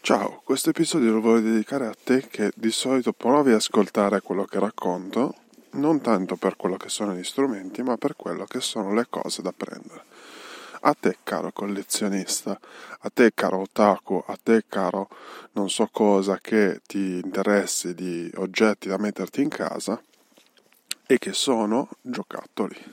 Ciao, questo episodio lo voglio dedicare a te che di solito provi ad ascoltare quello che racconto, non tanto per quello che sono gli strumenti, ma per quello che sono le cose da prendere. A te, caro collezionista, a te, caro otaku, a te, caro non so cosa che ti interessi di oggetti da metterti in casa e che sono giocattoli.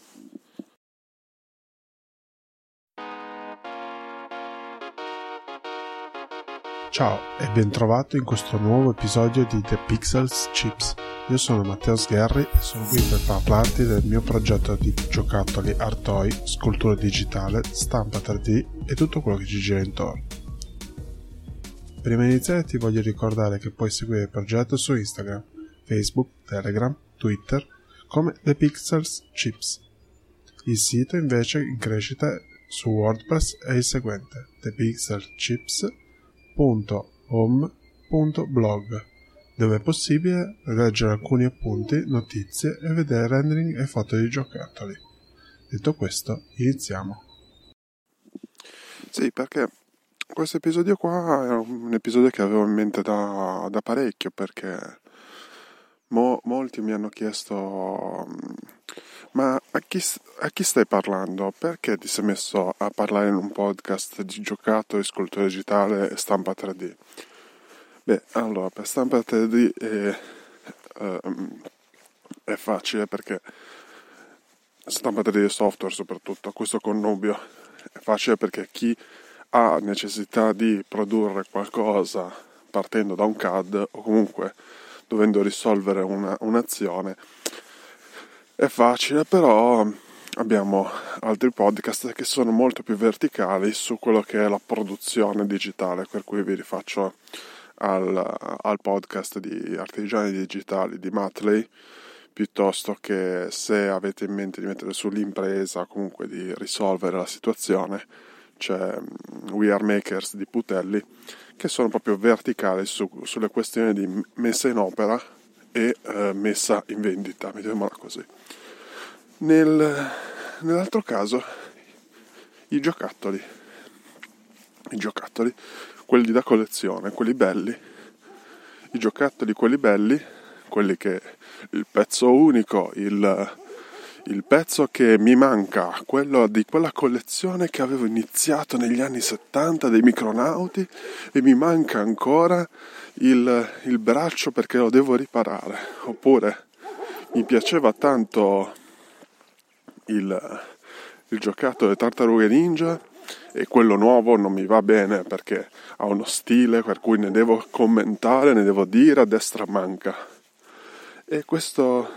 Ciao e ben trovato in questo nuovo episodio di The Pixels Chips. Io sono Matteo Sgherri e sono qui per parlarti del mio progetto di giocattoli art toy, scultura digitale, stampa 3D e tutto quello che ci gira intorno. Prima di iniziare ti voglio ricordare che puoi seguire il progetto su Instagram, Facebook, Telegram, Twitter come The Pixels Chips. Il sito invece in crescita su WordPress è il seguente: thepixelchips.home.blog, dove è possibile leggere alcuni appunti, notizie e vedere rendering e foto di giocattoli. Detto questo, iniziamo. Sì, perché questo episodio qua è un episodio che avevo in mente da parecchio, perché molti mi hanno chiesto: ma a chi stai parlando? Perché ti sei messo a parlare in un podcast di giocattoli, scultura digitale e stampa 3D? Beh, allora, per stampa 3D è facile, perché stampa 3D software soprattutto, questo connubio è facile perché chi ha necessità di produrre qualcosa partendo da un CAD o comunque dovendo risolvere un'azione è facile, però abbiamo altri podcast che sono molto più verticali su quello che è la produzione digitale, per cui vi rifaccio al podcast di Artigiani Digitali di Matley, piuttosto che se avete in mente di mettere sull'impresa, comunque di risolvere la situazione, c'è We Are Makers di Putelli, che sono proprio verticali sulle questioni di messa in opera e messa in vendita, mettiamola così. Nell'altro caso, i giocattoli, quelli da collezione, quelli belli, quelli che il pezzo unico, il pezzo che mi manca, quello di quella collezione che avevo iniziato negli anni 70 dei Micronauti, e mi manca ancora il braccio perché lo devo riparare. Oppure mi piaceva tanto il giocattolo delle Tartarughe Ninja e quello nuovo non mi va bene perché ha uno stile per cui ne devo commentare, ne devo dire a destra manca. E questo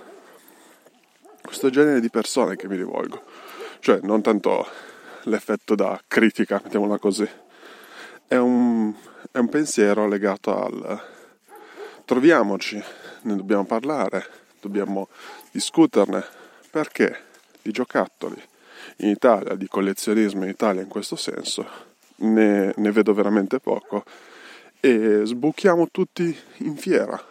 genere di persone che mi rivolgo, cioè non tanto l'effetto da critica, mettiamola così, è un pensiero legato al troviamoci, ne dobbiamo parlare, dobbiamo discuterne, perché di giocattoli in Italia, di collezionismo in Italia in questo senso, ne vedo veramente poco, e sbuchiamo tutti in fiera,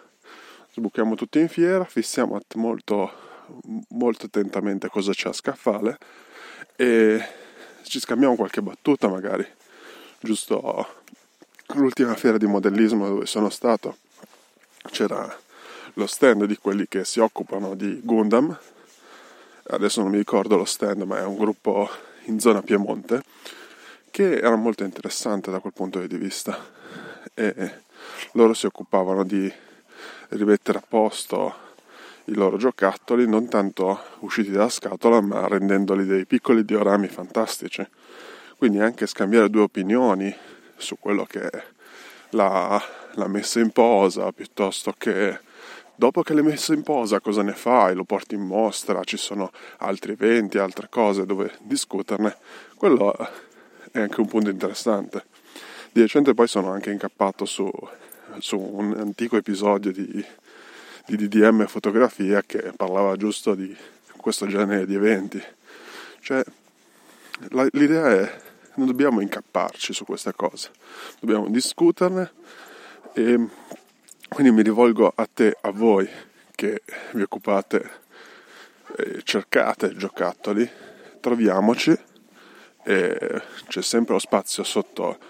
fissiamo molto attentamente cosa c'è a scaffale e ci scambiamo qualche battuta magari. Giusto l'ultima fiera di modellismo dove sono stato c'era lo stand di quelli che si occupano di Gundam, adesso non mi ricordo lo stand, ma è un gruppo in zona Piemonte che era molto interessante da quel punto di vista, e loro si occupavano di rimettere a posto i loro giocattoli, non tanto usciti dalla scatola, ma rendendoli dei piccoli diorami fantastici. Quindi anche scambiare due opinioni su quello che è la messa in posa, piuttosto che dopo che l'hai messo in posa cosa ne fai, lo porti in mostra, ci sono altri eventi, altre cose dove discuterne, quello è anche un punto interessante. Di recente poi sono anche incappato su un antico episodio di DDM Fotografia che parlava giusto di questo genere di eventi. Cioè, l'idea è: non dobbiamo incapparci su queste cose, dobbiamo discuterne, e quindi mi rivolgo a te, a voi che vi occupate e cercate giocattoli, troviamoci, e c'è sempre lo spazio sotto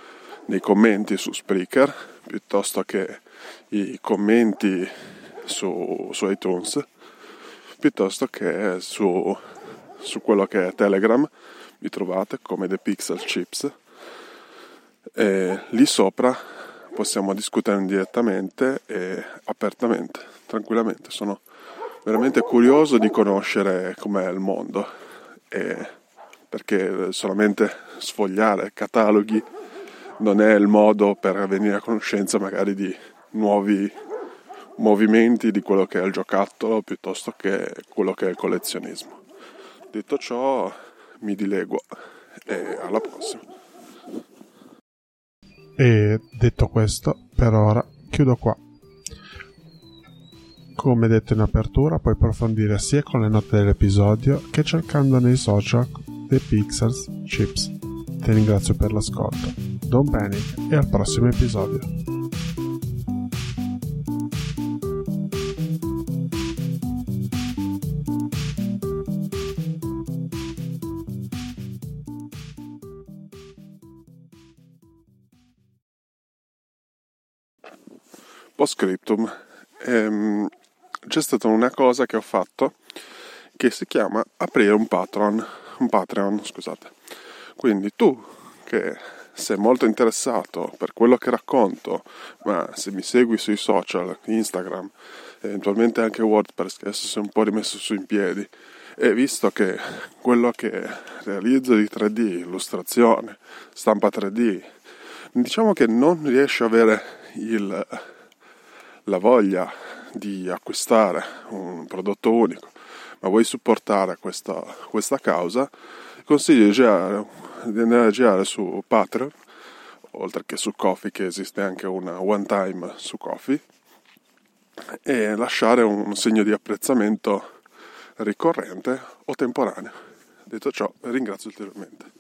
nei commenti su Spreaker, piuttosto che i commenti su iTunes, piuttosto che su quello che è Telegram. Mi trovate come The Pixel Chips, e lì sopra possiamo discutere direttamente e apertamente, tranquillamente. Sono veramente curioso di conoscere com'è il mondo, perché solamente sfogliare cataloghi non è il modo per venire a conoscenza magari di nuovi movimenti di quello che è il giocattolo piuttosto che quello che è il collezionismo. Detto ciò, mi dileguo e alla prossima. E detto questo, per ora chiudo qua. Come detto in apertura, puoi approfondire sia con le note dell'episodio che cercando nei social The Pixels Chips. Ti ringrazio per l'ascolto. Don't panic e al prossimo episodio. Post scriptum. C'è stata una cosa che ho fatto che si chiama aprire un Patreon, scusate. Quindi tu che sei molto interessato per quello che racconto, ma se mi segui sui social, Instagram, eventualmente anche WordPress, che adesso si è un po' rimesso su in piedi, e visto che quello che realizzo di 3D, illustrazione, stampa 3D, diciamo che non riesci a avere la voglia di acquistare un prodotto unico, ma vuoi supportare questa causa, consiglio di andare a girare su Patreon, oltre che su Ko-fi, che esiste anche una one time su Ko-fi, e lasciare un segno di apprezzamento ricorrente o temporaneo. Detto ciò, ringrazio ulteriormente.